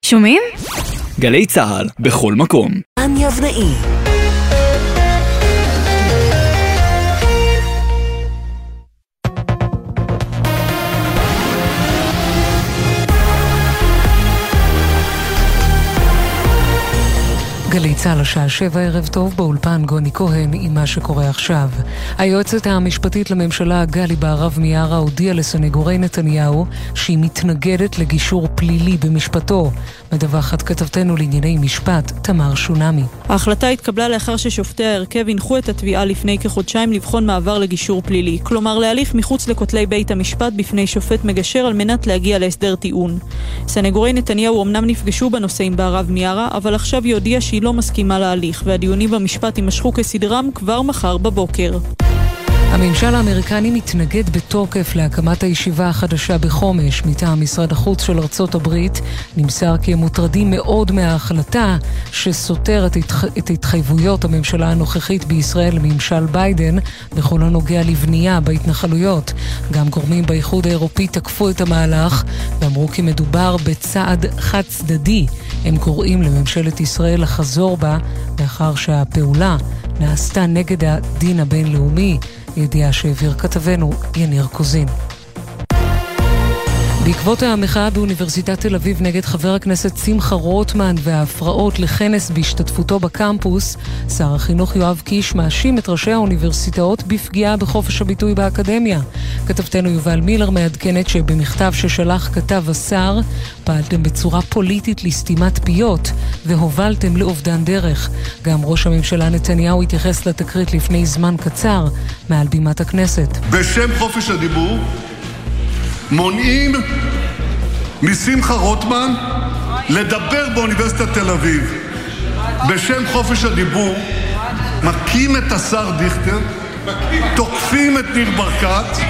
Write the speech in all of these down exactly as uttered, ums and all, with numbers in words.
שומעים? גלי צהל, בכל מקום. רן יבנאי. גלי צהל השעה שבע, ערב טוב, באולפן גוני כהן עם מה שקורה עכשיו. היועצת המשפטית לממשלה גלי בהרב מיארה הודיעה לסנגורי נתניהו שהיא מתנגדת לגישור פלילי במשפטו. מדווחת כתבתנו לענייני משפט תמר שונמי. ההחלטה התקבלה לאחר ששופטי ההרכב הנחו את התביעה לפני כחודשיים לבחון מעבר לגישור פלילי, כלומר להליך מחוץ לכותלי בית המשפט בפני שופט מגשר על מנת להגיע להסדר טיעון. סנגורי נתניהו אמנם נפגשו בנושא עם בהרב מיארה, אבל עכשיו היא הודיעה שהיא לא מסכימה להליך, והדיונים במשפט יימשכו כסדרם כבר מחר בבוקר. הממשל האמריקני מתנגד בתוקף להקמת הישיבה החדשה בחומש. מטעם משרד החוץ של ארצות הברית נמסר כי הם מוטרדים מאוד מההחלטה שסותרת את התחייבויות הממשלה הנוכחית בישראל לממשל ביידן בכל הנוגע לבנייה בהתנחלויות. גם גורמים באיחוד האירופי תקפו את המהלך ואמרו כי מדובר בצעד חד צדדי. הם קוראים לממשלת ישראל לחזור בה לאחר שהפעולה נעשתה נגד הדין הבינלאומי. ידיעה שהעביר כתבנו יניר קוזין. בעקבות המחאה באוניברסיטת תל אביב נגד חבר הכנסת שמחה רוטמן וההפרעות לכנס בהשתתפותו בקמפוס, שר החינוך יואב קיש מאשים את ראשי האוניברסיטאות בפגיעה בחופש הביטוי באקדמיה. כתבתנו יובל מילר מעדכנת שבמכתב ששלח כתב השר, פעלתם בצורה פוליטית לסתימת פיות והובלתם לאובדן דרך. גם ראש הממשלה נתניהו התייחס לתקרית לפני זמן קצר מעל בימת הכנסת. בשם חופש הדיבור מונעים משמחה רוטמן לדבר באוניברסיטת תל אביב. בשם חופש הדיבור מכים את השר דיכטר, תוקפים את ניר ברקת,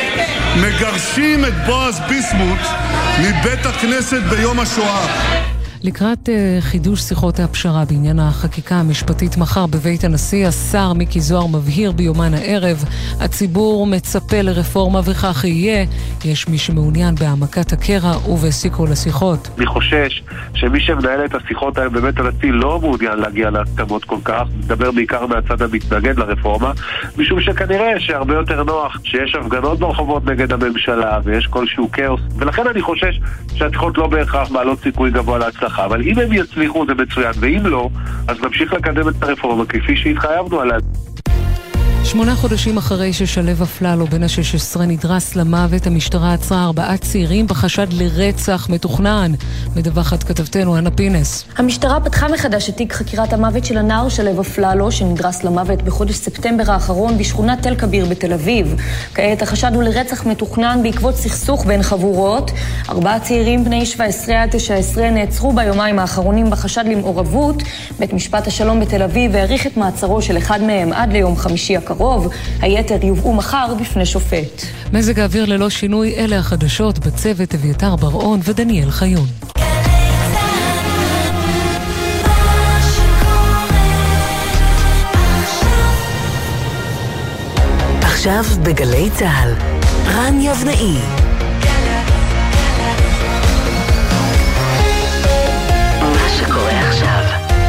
מגרשים את בועז ביסמוט מבית הכנסת ביום השואה. לקראת uh, חידוש שיחות הפשרה בעניין החקיקה המשפטית מחר בבית הנשיא, השר מיקי זוהר מבהיר ביומן הערב, הציבור מצפה לרפורמה וכך יהיה. יש מי שמעוניין בהעמקת הקרע ובסיכו לשיחות. אני חושש שמי שמנהל את השיחות האלה בבית הנשיא לא מעוניין להגיע להסכמות כל כך, מדבר בעיקר מהצד המתנגד לרפורמה, משום שכנראה שהרבה יותר נוח שיש הפגנות ברחובות נגד הממשלה ויש כלשהו כאוס, ולכן אני חושש שהשיחות לא בהכרח מעלות סיכוי גבוה להצלחה. אבל אם הם יצליחו זה מצוין, ואם לא, אז נמשיך לקדם את הרפורמה כפי שהתחייבנו עליה. שמונה חודשים אחרי ששלב אפללו בן ה-שש עשרה נדרס למוות, המשטרה עצרה ארבעה צעירים בחשד לרצח מתוכנן. מדווחת כתבתנו אנה פינס. המשטרה פתחה מחדש את תיק חקירת המוות של הנער שלב אפללו שנדרס למוות בחודש ספטמבר האחרון בשכונת תל כביר בתל אביב. כעת החשד הוא לרצח מתוכנן בעקבות סכסוך בין חבורות. ארבעה צעירים בני שבע עשרה עד תשע עשרה נעצרו ביומיים האחרונים בחשד למעורבות. בית משפט השלום בתל אביב העריך את מעצרו של אחד מהם עד ליום חמישי הקרוב. היתר יובאו מחר בפני שופט. מזג האוויר ללא שינוי, אלה החדשות, בצוות אביתר בר-און ודניאל חיון. עכשיו בגלי צהל, רן יבנאי. מה שקורה עכשיו.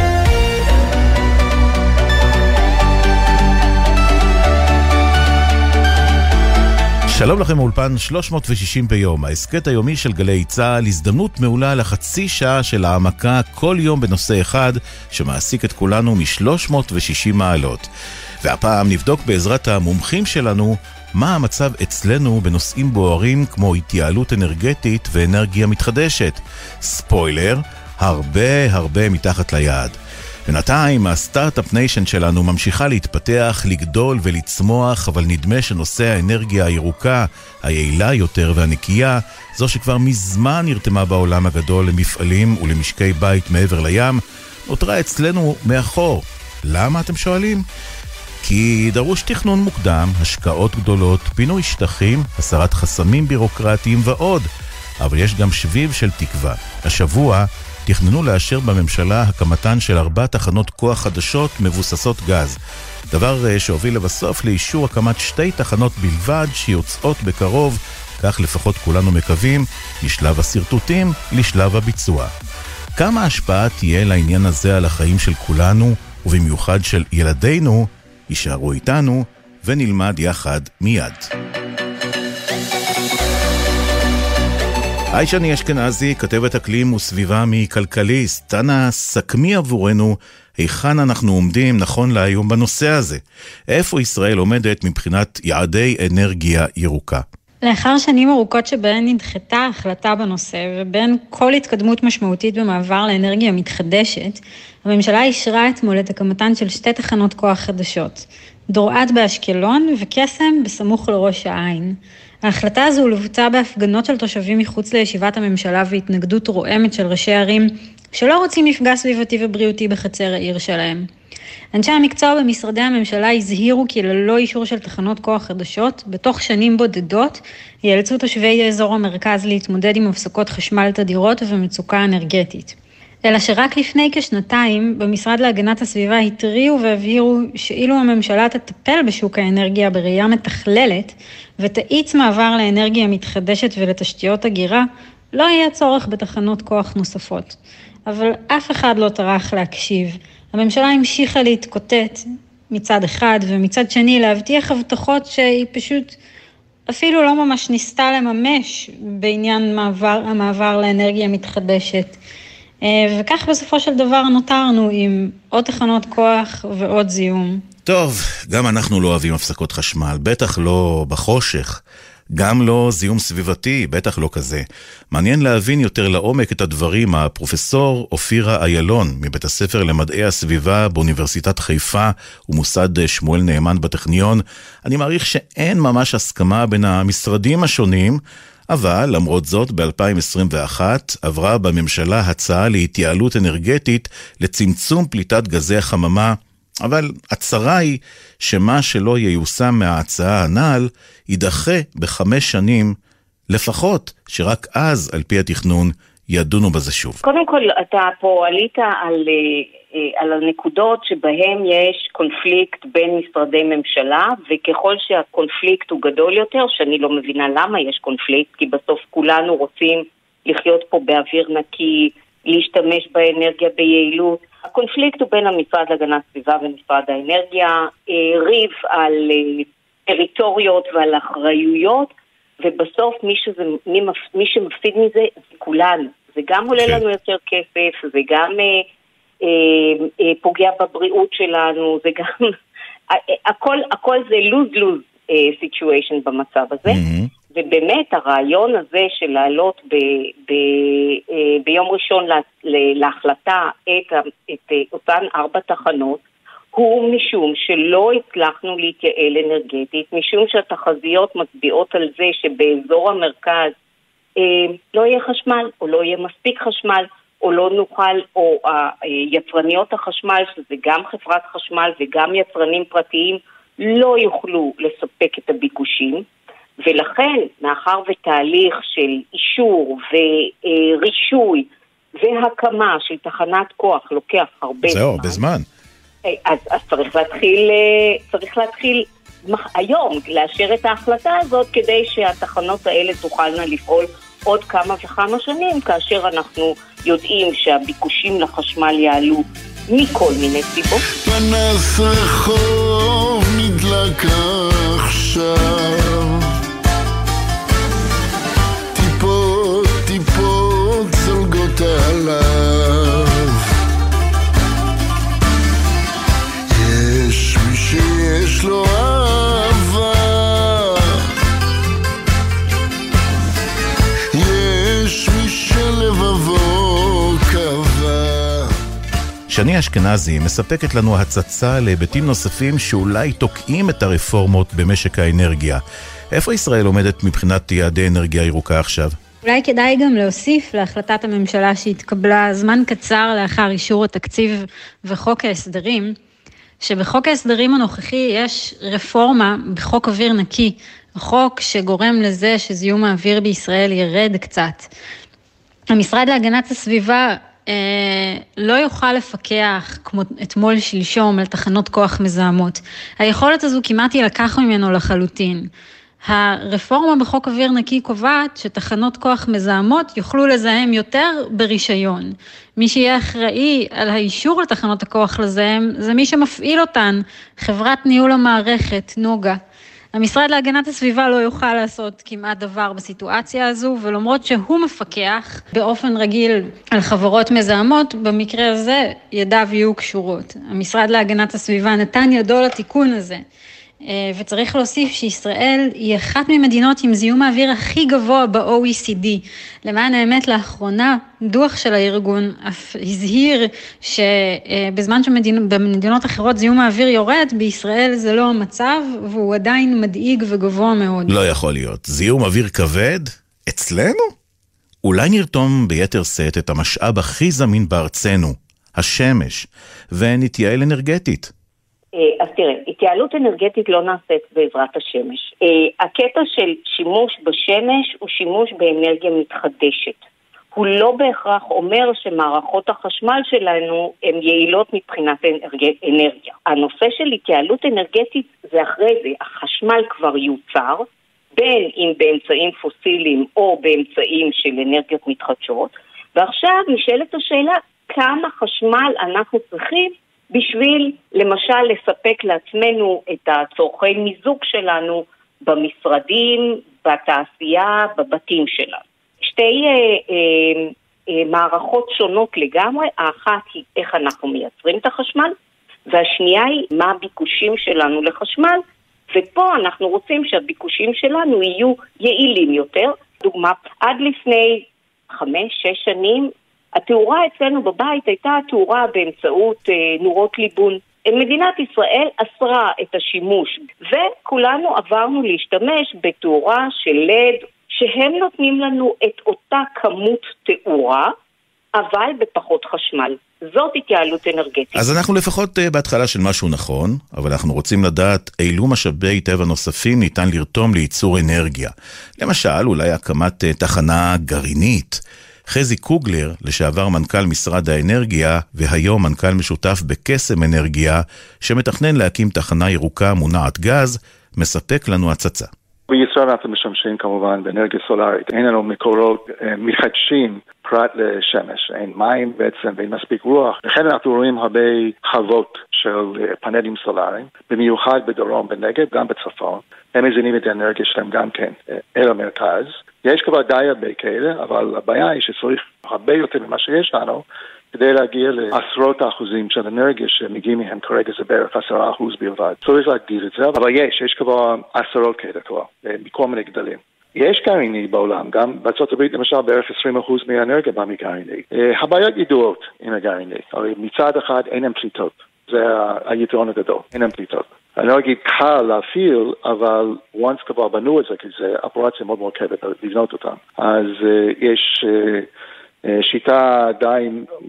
שלום לכם מאולפן שלוש מאות ושישים ביום, העסקת היומי של גלי צהל, הזדמנות מעולה לחצי שעה של העמקה כל יום בנושא אחד שמעסיק את כולנו מ-שלוש מאות ושישים מעלות. והפעם נבדוק בעזרת המומחים שלנו מה המצב אצלנו בנושאים בוערים כמו התייעלות אנרגטית ואנרגיה מתחדשת. ספוילר, הרבה הרבה מתחת ליעד. בינתיים הסטארט-אפ ניישן שלנו ממשיכה להתפתח, לגדול ולצמוח, אבל נדמה שנושא האנרגיה הירוקה, היעילה יותר והנקייה, זו שכבר מזמן נרתמה בעולם הגדול למפעלים ולמשקי בית מעבר לים, נותרה אצלנו מאחור. למה אתם שואלים? כי דרוש תכנון מוקדם, השקעות גדולות, פינוי שטחים, הסרת חסמים בירוקרטיים ועוד. אבל יש גם שביב של תקווה. השבוע תכננו לאשר בממשלה הקמתן של ארבע תחנות כוח חדשות מבוססות גז. דבר שהוביל לבסוף לאישור הקמת שתי תחנות בלבד שיוצאות בקרוב, כך לפחות כולנו מקווים, משלב הסרטוטים לשלב הביצוע. כמה השפעה תהיה לעניין הזה על החיים של כולנו, ובמיוחד של ילדינו? יישארו איתנו ונלמד יחד מיד. היי, שני אשכנזי, כתבת אקלים וסביבה מכלכליסט. אנא סכמי עבורנו היכן אנחנו עומדים נכון להיום בנושא הזה. איפה ישראל עומדת מבחינת יעדי אנרגיה ירוקה? לאחר שנים ארוכות שבהן נדחתה ההחלטה בנושא, ובין כל התקדמות משמעותית במעבר לאנרגיה מתחדשת, הממשלה אישרה אתמול את הקמתן של שתי תחנות כוח חדשות, דורעת באשקלון וקסם בסמוך לראש העין. ההחלטה הזו לוותה בהפגנות של תושבים מחוץ לישיבת הממשלה והתנגדות רועמת של ראשי ערים שלא רוצים מפגע סביבתי ובריאותי בחצר העיר שלהם. אנשי המקצוע במשרדי הממשלה הזהירו כי ללא אישור של תחנות כוח חדשות, בתוך שנים בודדות ייאלצו תושבי אזור המרכז להתמודד עם הפסקות חשמל תדירות ומצוקה אנרגטית. אלא שרק לפני כשנתיים במשרד להגנת הסביבה התריעו והבהירו שאילו הממשלה תטפל בשוק האנרגיה בראייה מתכללת ותאיץ מעבר לאנרגיה מתחדשת ולתשתיות הגירה, לא יהיה צורך בתחנות כוח נוספות. אבל אף אחד לא טרח להקשיב. הממשלה המשיכה להתקוטט מצד אחד ומצד שני להבטיח הבטחות שהיא פשוט אפילו לא ממש ניסתה לממש בעניין מעבר, המעבר לאנרגיה מתחדשת. וכך בסופו של דבר נותרנו עם עוד תחנות כוח ועוד זיהום. טוב, גם אנחנו לא אוהבים הפסקות חשמל, בטח לא בחושך, גם לא זיהום סביבתי, בטח לא כזה. מעניין להבין יותר לעומק את הדברים הפרופסור אופירה איילון מבית הספר למדעי הסביבה באוניברסיטת חיפה ומוסד שמואל נאמן בטכניון. אני מעריך שאין ממש הסכמה בין המשרדים השונים, אבל למרות זאת ב-אלפיים עשרים ואחת עברה בממשלה הצעה להתייעלות אנרגטית לצמצום פליטת גזי החממה, אבל הצרה היא שמה שלא ייושם מההצעה הנ"ל יידחה בחמש שנים לפחות, שרק אז על פי התכנון ידונו בזה שוב. קודם כל אתה פה עלית על, על הנקודות שבהם יש קונפליקט בין משרדי ממשלה, וככל שהקונפליקט הוא גדול יותר, שאני לא מבינה למה יש קונפליקט, כי בסוף כולנו רוצים לחיות פה באוויר נקי, להשתמש באנרגיה ביעילות. הקונפליקט הוא בין המשרד להגנת הסביבה ומשרד האנרגיה, ריב על טריטוריות ועל אחריויות, ובסוף מי, שזה, מי, מי שמפסיד מזה זה כולנו. זה גם עולה לנו יותר כסף, זה גם אה, אה, אה, פוגע בבריאות שלנו, זה גם, הכל, הכל זה lose-lose אה, situation במצב הזה. Mm-hmm. ובאמת הרעיון הזה של לעלות ב, ב, אה, ביום ראשון לה, להחלטה את, את אותן ארבע תחנות, הוא משום שלא הצלחנו להתייעל אנרגטית, משום שהתחזיות מצביעות על זה שבאזור המרכז אה, לא יהיה חשמל, או לא יהיה מספיק חשמל, או לא נוכל, או אה, יצרניות החשמל, שזה גם חברת חשמל וגם יצרנים פרטיים, לא יוכלו לספק את הביקושים, ולכן, מאחר ותהליך של אישור ורישוי והקמה של תחנת כוח לוקח הרבה זמן. זהו, בזמן. אז, אז צריך להתחיל, צריך להתחיל היום לאשר את ההחלטה הזאת, כדי שהתחנות האלה תוכלנה לפעול עוד כמה וכמה שנים, כאשר אנחנו יודעים שהביקושים לחשמל יעלו מכל מיני סיבות. פנס רחוב נדלק עכשיו, טיפות טיפות זולגות עליו, יש מי שיש לו אהבה, יש מי שלבבו קבע. שני אשכנזי מספקת לנו הצצה להיבטים נוספים שאולי תוקעים את הרפורמות במשק האנרגיה. איפה ישראל עומדת מבחינת יעדי אנרגיה ירוקה עכשיו? אולי כדאי גם להוסיף להחלטת הממשלה שהתקבלה זמן קצר לאחר אישור התקציב וחוק ההסדרים, שבחוק ההסדרים הנוכחי יש רפורמה בחוק אוויר נקי, חוק שגורם לזה שזיהום האוויר בישראל ירד קצת. המשרד להגנת הסביבה אה, לא יוכל לפקח כמו אתמול שלשום על תחנות כוח מזהמות. היכולת הזו כמעט ילקח ממנו לחלוטין. הרפורמה בחוק אוויר נקי קובעת שתחנות כוח מזהמות יוכלו לזהם יותר ברישיון. מי שיהיה אחראי על האישור לתחנות הכוח לזהם זה מי שמפעיל אותן, חברת ניהול המערכת, נוגה. המשרד להגנת הסביבה לא יוכל לעשות כמעט דבר בסיטואציה הזו, ולמרות שהוא מפקח באופן רגיל על חברות מזהמות, במקרה הזה ידיו יהיו קשורות. המשרד להגנת הסביבה נתן ידו לתיקון הזה, וצריך להוסיף שישראל היא אחת ממדינות עם זיהום האוויר הכי גבוה ב-או אי סי די. למען האמת, לאחרונה דוח של הארגון אף הזהיר שבזמן שבמדינות אחרות זיהום האוויר יורד, בישראל זה לא המצב, והוא עדיין מדאיג וגבוה מאוד. לא יכול להיות. זיהום אוויר כבד? אצלנו? אולי נרתום ביתר שאת את המשאב הכי זמין בארצנו, השמש, ונתייעל אנרגטית. אז תראה, התייעלות אנרגטית לא נעשית בעזרת השמש. הקטע של שימוש בשמש הוא שימוש באנרגיה מתחדשת. הוא לא בהכרח אומר שמערכות החשמל שלנו הן יעילות מבחינת אנרגיה. הנושא של התייעלות אנרגטית זה אחרי זה, החשמל כבר יוצר, בין אם באמצעים פוסיליים או באמצעים של אנרגיות מתחדשות, ועכשיו נשאלת השאלה כמה חשמל אנחנו צריכים בשביל למשל לספק לעצמנו את הצורכי מיזוג שלנו במשרדים, בתעשייה, בבתים שלנו. שתי אה, אה, אה, מערכות שונות לגמרי, האחת היא איך אנחנו מייצרים את החשמל, והשנייה היא מה הביקושים שלנו לחשמל, ופה אנחנו רוצים שהביקושים שלנו יהיו יעילים יותר. דוגמה, עד לפני חמש, שש שנים, התאורה אצלנו בבית הייתה תאורה באמצעות אה, נורות ליבון. מדינת ישראל אסרה את השימוש, וכולנו עברנו להשתמש בתאורה של לד, שהם נותנים לנו את אותה כמות תאורה, אבל בפחות חשמל. זאת התייעלות אנרגטית. אז אנחנו לפחות בהתחלה של משהו נכון, אבל אנחנו רוצים לדעת אילו משאבי טבע נוספים ניתן לרתום לייצור אנרגיה. למשל, אולי הקמת תחנה גרעינית. חזי קוגלר, לשעבר מנכ"ל משרד האנרגיה, והיום מנכ"ל משותף בקסם אנרגיה, שמתכנן להקים תחנה ירוקה מונעת גז, מספק לנו הצצה. בישראל אנחנו משמשים כמובן באנרגיה סולארית. אין לנו מקורות מחדשים פרט לשמש. אין מים בעצם ואין מספיק רוח. לכן אנחנו רואים הרבה חוות של פאנלים סולאריים, במיוחד בדרום, בנגב, גם בצפון. הם מזינים את האנרגיה שלהם גם כן אל המרכז. יש כבר די הרבה כאלה, אבל הבעיה היא שצריך הרבה יותר ממה שיש לנו, כדי להגיע לעשרות האחוזים של אנרגיה שמגיעים מהם כרגע זה בערך עשרה אחוז בלבד. צריך להגדיל את זה, אבל יש, יש כבר עשרות כאלה כבר, מכל מיני גדלים. יש גרעיני בעולם, גם בארצות הברית למשל בערך עשרים אחוז מהאנרגיה בא מגרעיני. הבעיות ידועות עם הגרעיני, הרי מצד אחד אין הם פליטות, זה היתרון הגדול, אין הם פליטות. אני לא אגיד קל להפעיל, אבל once כבר בנו את זה, כי זה אופרציה מאוד מורכבת לבנות אותם. אז uh, יש uh, שיטה די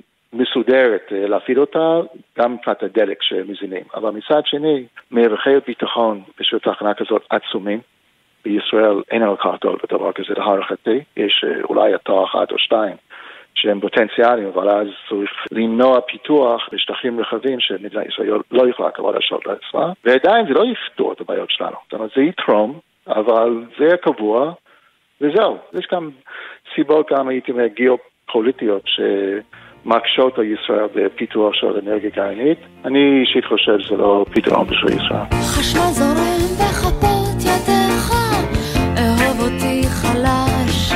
מסודרת uh, להפעיל אותה, גם מבחינת הדלק שמזינים. אבל מצד שני, מרווחי הביטחון בשביל תחנה כזאת עצומים. בישראל אין לנו כך גדול בדבר כזה להערכתי. יש uh, אולי אתר אחד או שתיים. שהם פוטנציאליים, אבל אז צריך למנוע פיתוח בשטחים רחבים שמדינת ישראל לא יכולה כבר לשלוט לעצמה, ועדיין זה לא יפתור את הבעיות שלנו. זאת אומרת, זה יתרום, אבל זה יהיה קבוע, וזהו. יש גם סיבות גם, הייתי אומר, גיאופוליטיות שמקשות על ישראל בפיתוח של אנרגיה גרעינית. אני אישית חושב שזה לא פתרון בשביל ישראל. חשמל זורם בכפות ידיך, אהוב אותי חלש.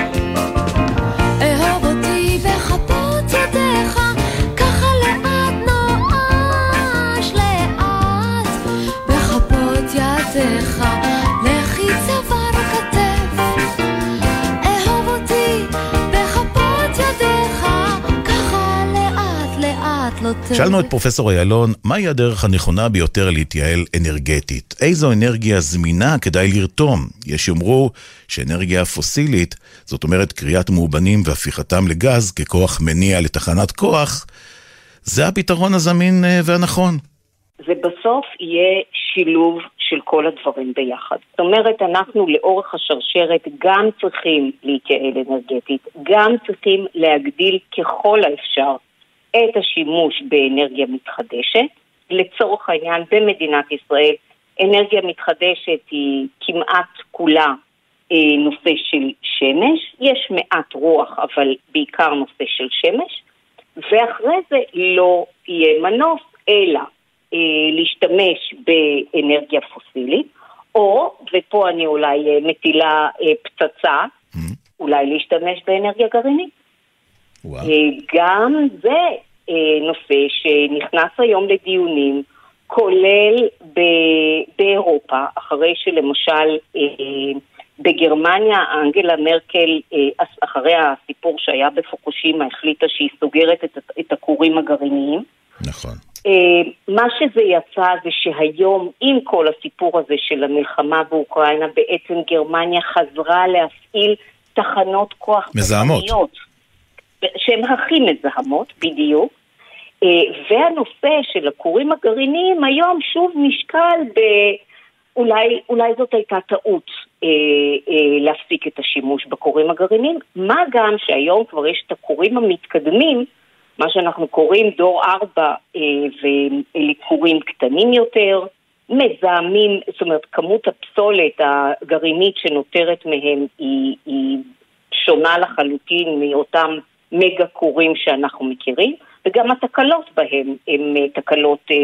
לכי צוואר כתף, אהוב אותי בכפות ידיך, ככה לאט לאט לא תלך. שאלנו את פרופסור איילון, מהי הדרך הנכונה ביותר להתייעל אנרגטית? איזו אנרגיה זמינה כדאי לרתום? יש יאמרו שאנרגיה פוסילית, זאת אומרת קריאת מאובנים והפיכתם לגז ככוח מניע לתחנת כוח, זה הפתרון הזמין והנכון. זה בסוף יהיה שילוב של כל הדברים ביחד. זאת אומרת, אנחנו לאורך השרשרת גם צריכים להתייעל אנרגטית, גם צריכים להגדיל ככל האפשר את השימוש באנרגיה מתחדשת. לצורך העניין, במדינת ישראל אנרגיה מתחדשת היא כמעט כולה אה, נושא של שמש, יש מעט רוח אבל בעיקר נושא של שמש, ואחרי זה לא יהיה מנוס אלא אה, להשתמש באנרגיה פוסילית, או, ופה אני אולי אה, מטילה אה, פצצה, mm-hmm. אולי להשתמש באנרגיה גרעינית. Wow. אה, גם זה אה, נושא שנכנס היום לדיונים, כולל ב- באירופה, אחרי שלמשל אה, בגרמניה אנגלה מרקל, אה, אחרי הסיפור שהיה בפוקושימה, החליטה שהיא סוגרת את, את הכורים הגרעיניים. נכון. אה, מה שזה יצא זה שהיום, עם כל הסיפור הזה של המלחמה באוקראינה, בעצם גרמניה חזרה להפעיל תחנות כוח מזהמות. פחמיות, שהן הכי מזהמות, בדיוק. והנושא של הכורים הגרעיניים היום שוב נשקל ב... אולי, אולי זאת הייתה טעות אה, אה, להפסיק את השימוש בכורים הגרעיניים, מה גם שהיום כבר יש את הכורים המתקדמים, מה שאנחנו קוראים דור ארבע, אה, ואלה כורים קטנים יותר, מזהמים, זאת אומרת כמות הפסולת הגרעינית שנותרת מהם היא, היא שונה לחלוטין מאותם מגה כורים שאנחנו מכירים, וגם התקלות בהם הן תקלות אה,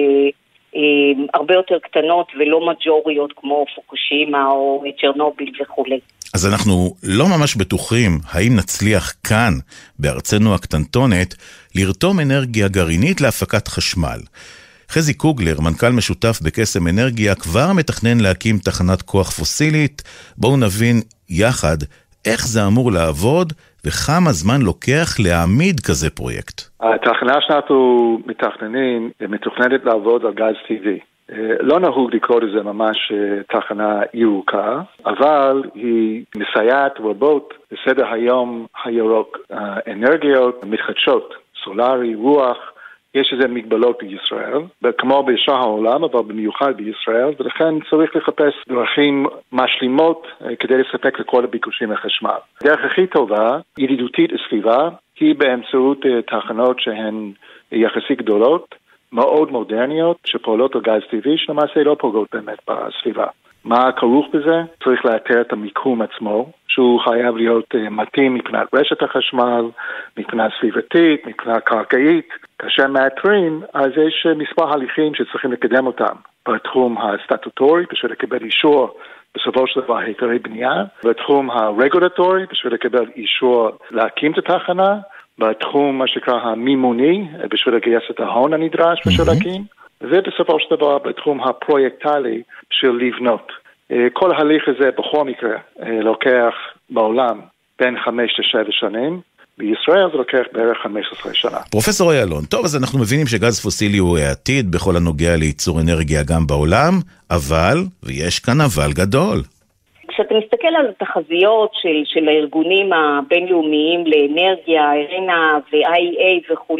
אה, הרבה יותר קטנות ולא מג'וריות כמו פוקושימה או צ'רנוביל וכו'. אז אנחנו לא ממש בטוחים האם נצליח כאן, בארצנו הקטנטונת, לרתום אנרגיה גרעינית להפקת חשמל. חזי קוגלר, מנכ"ל משותף בקסם אנרגיה, כבר מתכנן להקים תחנת כוח פוסילית. בואו נבין יחד איך זה אמור לעבוד וכמה זמן לוקח להעמיד כזה פרויקט. התחנה שאנחנו מתכננים מתוכננת לעבוד על גז טבעי. לא נהוג לקרוא לזה ממש תחנה ירוקה, אבל היא מסייעת רבות בסדר היום הירוק. אנרגיות מתחדשות, סולרי, רוח, יש איזה מגבלות בישראל, כמו בשאר העולם, אבל במיוחד בישראל, ולכן צריך לחפש דרכים משלימות כדי לספק לכל הביקושים לחשמל. הדרך הכי טובה, ידידותית לסביבה, היא באמצעות תחנות שהן יחסית גדולות, מאוד מודרניות, שפועלות על גז טבעי, שלמעשה לא פוגעות באמת בסביבה. מה כרוך בזה? צריך לאתר את המיקום עצמו, שהוא חייב להיות מתאים מבחינת רשת החשמל, מבחינת סביבתית, מבחינת קרקעית. כאשר מאתרים, אז יש מספר הליכים שצריכים לקדם אותם. בתחום הסטטוטורי, בשביל לקבל אישור בסופו של דבר היתרי בנייה, בתחום הרגולטורי, בשביל לקבל אישור להקים את התחנה, בתחום מה שקרא המימוני, בשביל לגייס את ההון הנדרש בשביל להקים, ובסופו של דבר בתחום הפרויקטלי של לבנות. כל ההליך הזה בכל מקרה לוקח בעולם בין חמש לשבע שנים, בישראל זה לוקח בערך חמש עשרה שנה. פרופסור איילון, טוב, אז אנחנו מבינים שגז פוסילי הוא העתיד בכל הנוגע לייצור אנרגיה גם בעולם, אבל, ויש כאן אבל גדול. כשאתה מסתכל על התחזיות של, של הארגונים הבינלאומיים לאנרגיה, אירנה ו-איי אי איי וכו',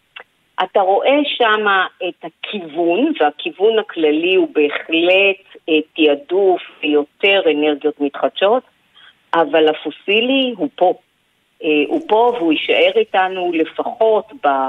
אתה רואה שם את הכיוון, והכיוון הכללי הוא בהחלט תיעדוף יותר אנרגיות מתחדשות, אבל הפוסילי הוא פה. הוא פה והוא יישאר איתנו לפחות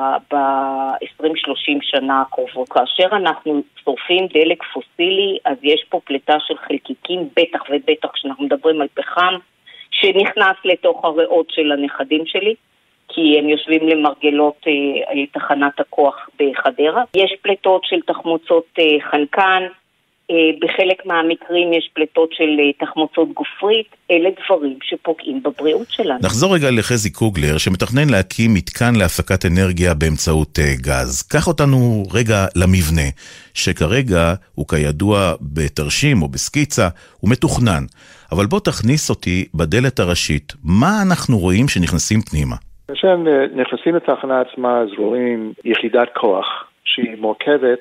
ב-עשרים שלושים שנה הקרובות. כאשר אנחנו שורפים דלק פוסילי, אז יש פה פליטה של חלקיקים, בטח ובטח כשאנחנו מדברים על פחם, שנכנס לתוך הריאות של הנכדים שלי, כי הם יושבים למרגלות אה, תחנת הכוח בחדרה. יש פליטות של תחמוצות אה, חנקן, אה, בחלק מהמקרים יש פליטות של אה, תחמוצות גופרית, אלה דברים שפוגעים בבריאות שלנו. נחזור רגע לחזי קוגלר, שמתכנן להקים מתקן להפקת אנרגיה באמצעות אה, גז. קח אותנו רגע למבנה, שכרגע הוא כידוע בתרשים או בסקיצה, הוא מתוכנן. אבל בוא תכניס אותי בדלת הראשית, מה אנחנו רואים שנכנסים פנימה? כאשר נכנסים לתחנה עצמה, אז רואים יחידת כוח שהיא מורכבת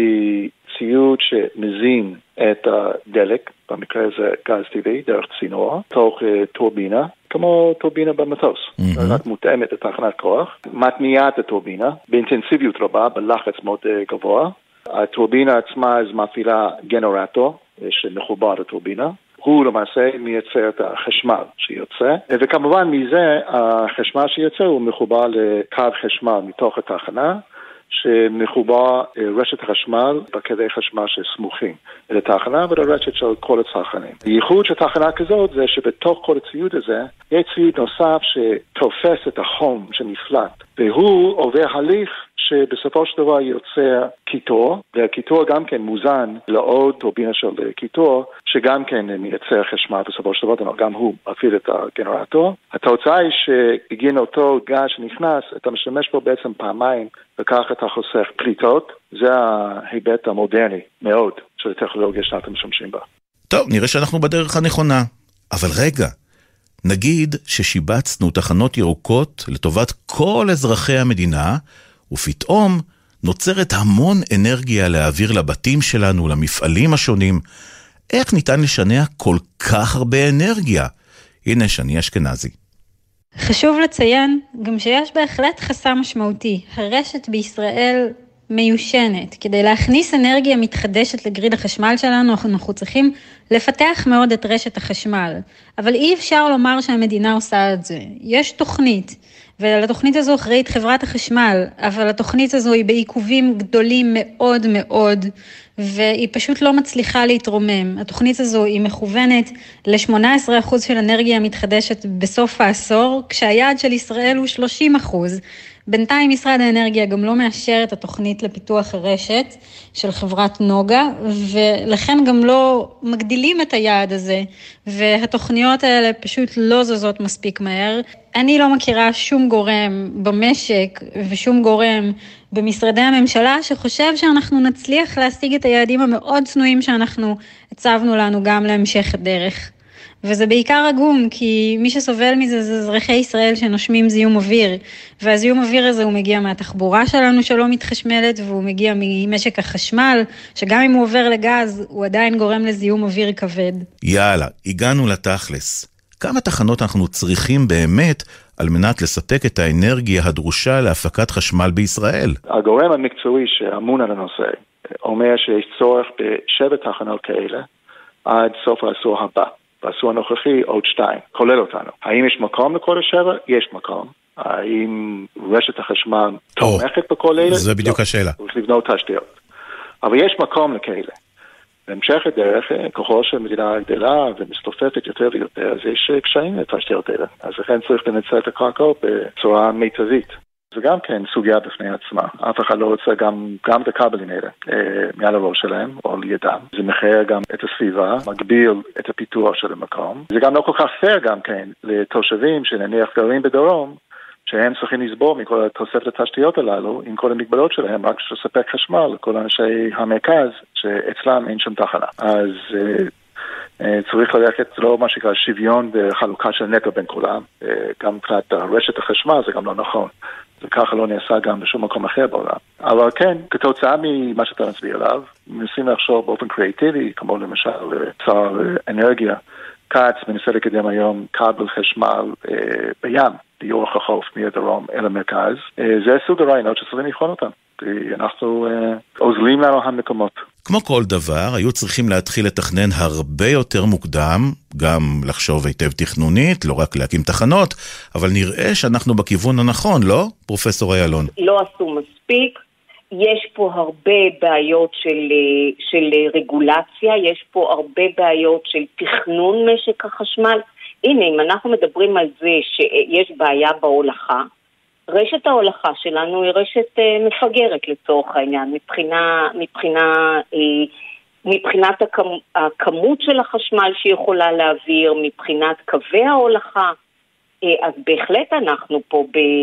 מציוד שמזין את הדלק, במקרה הזה גז טבעי, דרך צינור, תוך טורבינה, כמו טורבינה במטוס. Mm-hmm. רק מותאמת לתחנת כוח, מתניעה את הטורבינה, באינטנסיביות רבה, בלחץ מאוד גבוה. הטורבינה עצמה אז מפעילה גנרטור שמחובר לטורבינה. הוא למעשה מייצר את החשמל שיוצא, וכמובן מזה החשמל שיוצא הוא מחובר לקו חשמל מתוך התחנה, שמחובר רשת החשמל בקווי חשמל שסמוכים לתחנה ולרשת של כל הצרכנים. הייחוד של תחנה כזאת זה שבתוך כל הציוד הזה יש ציוד נוסף שתופס את החום שנפלט, והוא עובר הליך שבסופו של דבר יוצר קיטור, והקיטור גם כן מוזן לעוד טורבינה של קיטור, שגם כן מייצר חשמל בסופו של דבר, גם הוא מפעיל את הגנרטור. התוצאה היא שבגין אותו גז שנכנס, אתה משתמש פה בעצם פעמיים, וכך אתה חוסך פליטות. זה ההיבט המודרני מאוד של הטכנולוגיה שאתם משתמשים בה. טוב, נראה שאנחנו בדרך הנכונה. אבל רגע, נגיד ששיבצנו תחנות ירוקות לטובת כל אזרחי המדינה, ופתאום נוצרת המון אנרגיה להעביר לבתים שלנו, למפעלים השונים. איך ניתן לשנע כל כך הרבה אנרגיה? הנה שני אשכנזי. חשוב לציין גם שיש בהחלט חסם משמעותי. הרשת בישראל מיושנת. כדי להכניס אנרגיה מתחדשת לגריד החשמל שלנו, אנחנו צריכים לפתח מאוד את רשת החשמל. אבל אי אפשר לומר שהמדינה עושה את זה. יש תוכנית, ולתוכנית הזו אחראית חברת החשמל, אבל התוכנית הזו היא בעיכובים גדולים מאוד מאוד, והיא פשוט לא מצליחה להתרומם. התוכנית הזו היא מכוונת ל-שמונה עשרה אחוז של אנרגיה מתחדשת בסוף העשור, כשהיעד של ישראל הוא שלושים אחוז. בינתיים משרד האנרגיה גם לא מאשר את התוכנית לפיתוח הרשת של חברת נוגה, ולכן גם לא מגדילים את היעד הזה, והתוכניות האלה פשוט לא זוזות מספיק מהר. אני לא מכירה שום גורם במשק ושום גורם במשרדי הממשלה שחושב שאנחנו נצליח להשיג את היעדים המאוד צנועים שאנחנו הצבנו לנו גם להמשך הדרך. וזה בעיקר עגום, כי מי שסובל מזה זה אזרחי ישראל שנושמים זיהום אוויר, והזיהום אוויר הזה הוא מגיע מהתחבורה שלנו שלא מתחשמלת, והוא מגיע ממשק החשמל, שגם אם הוא עובר לגז, הוא עדיין גורם לזיהום אוויר כבד. יאללה, הגענו לתכלס. כמה תחנות אנחנו צריכים באמת על מנת לספק את האנרגיה הדרושה להפקת חשמל בישראל? הגורם המקצועי שאמון על הנושא אומר שיש צורך בשבע תחנות כאלה עד סוף העשור הבא. בעשור הנוכחי עוד שתיים, כולל אותנו. האם יש מקום לכל השבע? יש מקום. האם רשת החשמל תומכת בכל אלה? זה בדיוק השאלה. צריך לבנות תשתיות. אבל יש מקום לכאלה. בהמשך הדרך, ככל שהמדינה גדלה ומסתופפת יותר ויותר, אז יש קשיים לתשתיות האלה. אז לכן צריך לנצל את הקרקעות בצורה מיטבית. זה גם כן סוגיה בפני עצמה. אף אחד לא רוצה גם, גם את הכבלים האלה אה, מעל הראש שלהם או לידם. זה מחיר גם את הסביבה, מגביל את הפיתוח של המקום. זה גם לא כל כך פייר גם כן לתושבים שנניח גרים בדרום, שהם צריכים לסבור מכל התוספת התשתיות הללו, עם כל המגבלות שלהם, רק שספק חשמל לכל אנשי המרכז, שאצלם אין שם תחנה. אז אה, אה, צריך ללכת, לא מה שקרה שוויון וחלוקה של נטו בין כולם. אה, גם מבחינת רשת החשמל זה גם לא נכון. וככה לא נעשה גם בשום מקום אחר בעולם. אבל כן, כתוצאה ממה שאתה מצביע עליו, מנסים לחשוב באופן קריאטיבי, כמו למשל שר אנרגיה, קאץ מנסה לקדם היום כבל חשמל אה, בים, לאורך החוף מהדרום אל המרכז. אה, זה סוג הרעיונות שצריכים לבחון אותם. אנחנו אה, עוזלים לנו המקומות. כמו כל דבר, היו צריכים להתחיל לתכנן הרבה יותר מוקדם, גם לחשוב היטב תכנונית, לא רק להקים תחנות, אבל נראה שאנחנו בכיוון הנכון, לא, פרופסור איילון? לא עשו מספיק. יש פה הרבה בעיות של, של רגולציה, יש פה הרבה בעיות של תכנון משק החשמל. הנה, אם אנחנו מדברים על זה שיש בעיה בהולכה, רשת ההולכה שלנו היא רשת אה, מפגרת לצורך העניין, מבחינה, מבחינה, אה, מבחינת הכמ, הכמות של החשמל שיכולה להעביר, מבחינת קווי ההולכה, אה, אז בהחלט אנחנו פה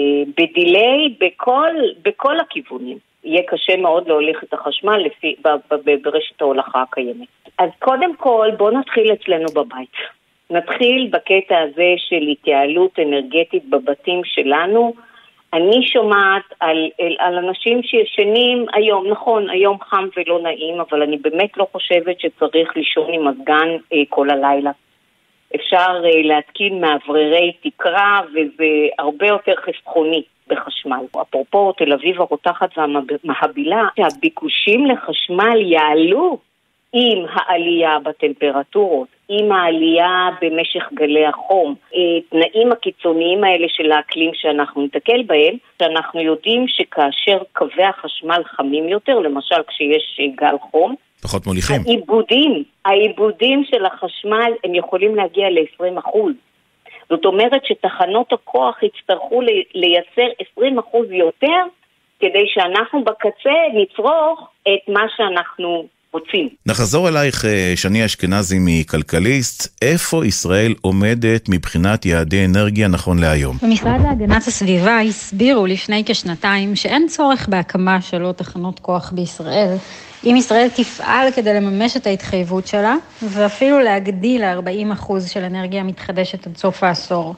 בדילי בכל, בכל הכיוונים. יהיה קשה מאוד להוליך את החשמל לפי, ב, ב, ב, ברשת ההולכה הקיימת. אז קודם כל בואו נתחיל אצלנו בבית. נתחיל בקטע הזה של התייעלות אנרגטית בבתים שלנו. אני שומעת על, על, על אנשים שישנים היום, נכון, היום חם ולא נעים, אבל אני באמת לא חושבת שצריך לישון עם מזגן אה, כל הלילה. אפשר אה, להתקין מאווררי תקרה, וזה הרבה יותר חסכוני בחשמל. אפרופו תל אביב הרותחת והמהבילה, שהביקושים לחשמל יעלו עם העלייה בטמפרטורות, עם העלייה במשך גלי החום, תנאים הקיצוניים האלה של האקלים שאנחנו נתקל בהם, שאנחנו יודעים שכאשר קווי החשמל חמים יותר, למשל כשיש גל חום, פחות מוליכים. העיבודים, העיבודים של החשמל הם יכולים להגיע ל-עשרים אחוז. זאת אומרת שתחנות הכוח יצטרכו לייצר עשרים אחוז יותר, כדי שאנחנו בקצה נצרוך את מה שאנחנו רוצים. נחזור אלייך, שני אשכנזי מכלכליסט, איפה ישראל עומדת מבחינת יעדי אנרגיה נכון להיום? במשרד להגנת הסביבה הסבירו לפני כשנתיים שאין צורך בהקמה של עוד תחנות כוח בישראל, אם ישראל תפעל כדי לממש את ההתחייבות שלה, ואפילו להגדיל ל-ארבעים אחוז של אנרגיה מתחדשת עד סוף העשור.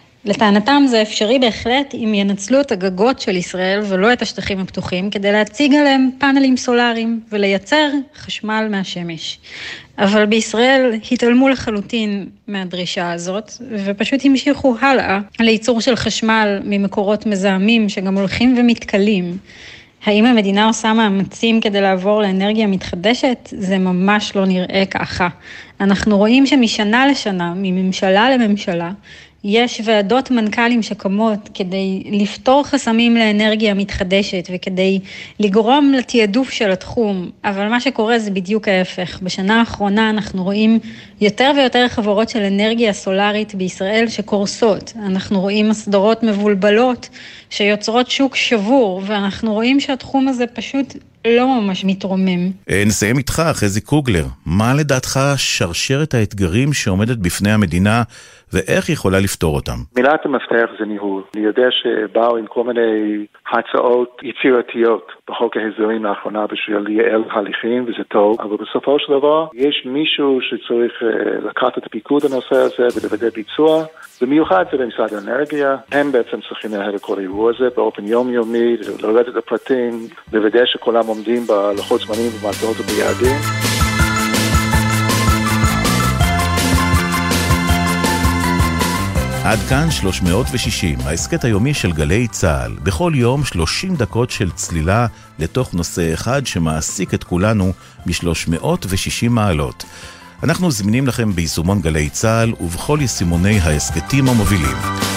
לטענתם זה אפשרי בהחלט אם ינצלו את הגגות של ישראל ולא את השטחים הפתוחים, כדי להציג עליהם פאנלים סולאריים ולייצר חשמל מהשמש. אבל בישראל התעלמו לחלוטין מהדרישה הזאת, ופשוט המשיכו הלאה לייצור של חשמל ממקורות מזהמים שגם הולכים ומתקלים. האם המדינה עושה מאמצים כדי לעבור לאנרגיה מתחדשת? זה ממש לא נראה ככה. אנחנו רואים שמשנה לשנה, מממשלה לממשלה, יש ועדות מנכ"לים שקמות כדי לפתור חסמים לאנרגיה מתחדשת וכדי לגרום לתיעדוף של התחום, אבל מה שקורה זה בדיוק ההפך. בשנה האחרונה אנחנו רואים יותר ויותר חברות של אנרגיה סולארית בישראל שקורסות. אנחנו רואים הסדרות מבולבלות שיוצרות שוק שבור, ואנחנו רואים שהתחום הזה פשוט לא ממש מתרומם. נסיים איתך, חזי קוגלר. מה לדעתך שרשרת האתגרים שעומדת בפני המדינה ואיך יכולה לפתור אותם? מילת המפתח זה ניהול. אני יודע שבאו עם כל מיני הצעות יצירתיות בחוק ההסדרים לאחרונה בשביל לייעל הליכים, וזה טוב, אבל בסופו של דבר יש מישהו שצריך לקחת את הפיקוד הנושא הזה ולוודא ביצוע, במיוחד זה במשרד האנרגיה. הם בעצם צריכים לנהל את כל האירוע הזה באופן יומיומי, לרדת את הפרטים, לוודא שכולם עומדים בלוחות זמנים ובמטרות וביעדים. עד כאן שלוש מאות ושישים, ההסקט היומי של גלי צהל. בכל יום שלושים דקות של צלילה לתוך נושא אחד שמעסיק את כולנו ב-שלוש מאות ושישים מעלות. אנחנו זמינים לכם ביישומון גלי צהל ובכל יישומוני ההסקטים המובילים.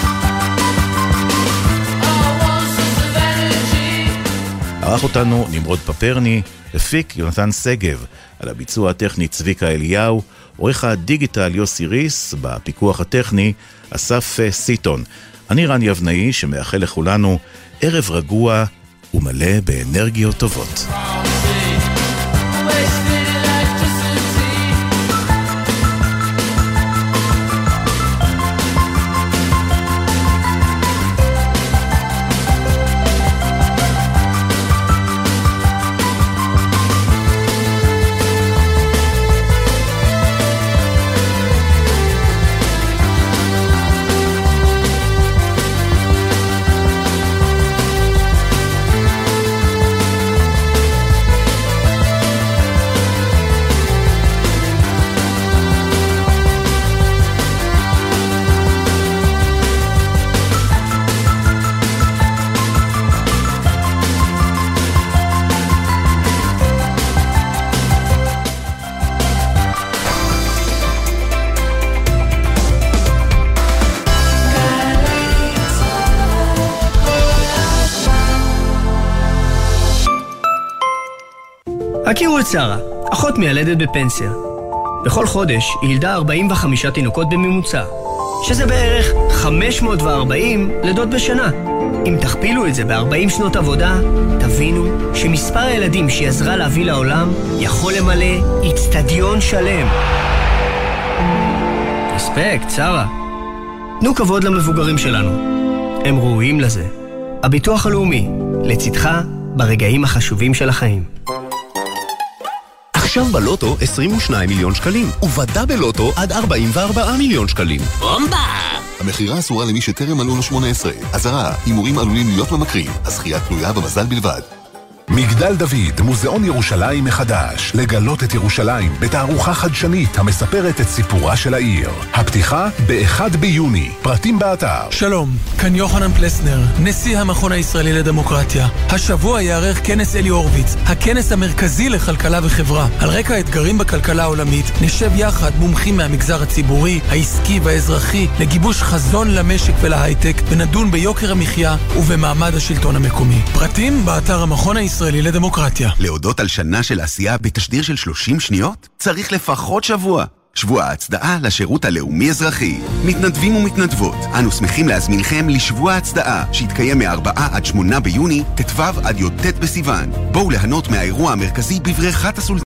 ערך אותנו נמרוד פפרני, הפיק יונתן סגב, על הביצוע הטכני צביקה אליהו, עורך הדיגיטל יוסי ריס, בפיקוח הטכני אסף סיטון. אני רן יבנאי שמאחל לכולנו ערב רגוע ומלא באנרגיות טובות. הכירו את שרה, אחות מיילדת בפנסיה. בכל חודש היא ילדה ארבעים וחמישה תינוקות בממוצע, שזה בערך חמש מאות וארבעים לידות בשנה. אם תכפילו את זה ב-ארבעים שנות עבודה, תבינו שמספר הילדים שהיא עזרה להביא לעולם יכול למלא אצטדיון שלם. אספקט, שרה. תנו כבוד למבוגרים שלנו. הם ראויים לזה. הביטוח הלאומי, לצדך ברגעים החשובים של החיים. עכשיו בלוטו עשרים ושניים מיליון שקלים, ובדה בלוטו עד ארבעים וארבעה מיליון שקלים. בומבה! המחירה אסורה למי שטרם מלאו לו שמונה עשרה. אזהרה, הימורים עלולים להיות ממכרים, הזכייה תלויה במזל בלבד. מגדל דוד, מוזיאון ירושלים מחדש. לגלות את ירושלים בתערוכה חדשנית המספרת את סיפורה של העיר. הפתיחה ב-אחד ביוני. פרטים באתר. שלום, כאן יוחנן פלסנר, נשיא המכון הישראלי לדמוקרטיה. השבוע יערך כנס אלי הורוביץ, הכנס המרכזי לכלכלה וחברה. על רקע האתגרים בכלכלה העולמית, נשב יחד מומחים מהמגזר הציבורי, העסקי והאזרחי, לגיבוש חזון למשק ולהייטק, ונדון ביוקר המחיה ובמעמד השלטון המקומי. פרטים באתר המכון הישראלי לדמוקרטיה. להודות על שנה של עשייה בתשדיר של שלושים שניות? צריך לפחות שבוע. שבוע ההצדעה לשירות הלאומי-אזרחי. מתנדבים ומתנדבות, אנו שמחים להזמינכם לשבוע ההצדעה, שיתקיים מ-ארבעה עד שמונה ביוני, ט"ו עד י"ט בסיוון. בואו ליהנות מהאירוע המרכזי בבריכת הסולטן.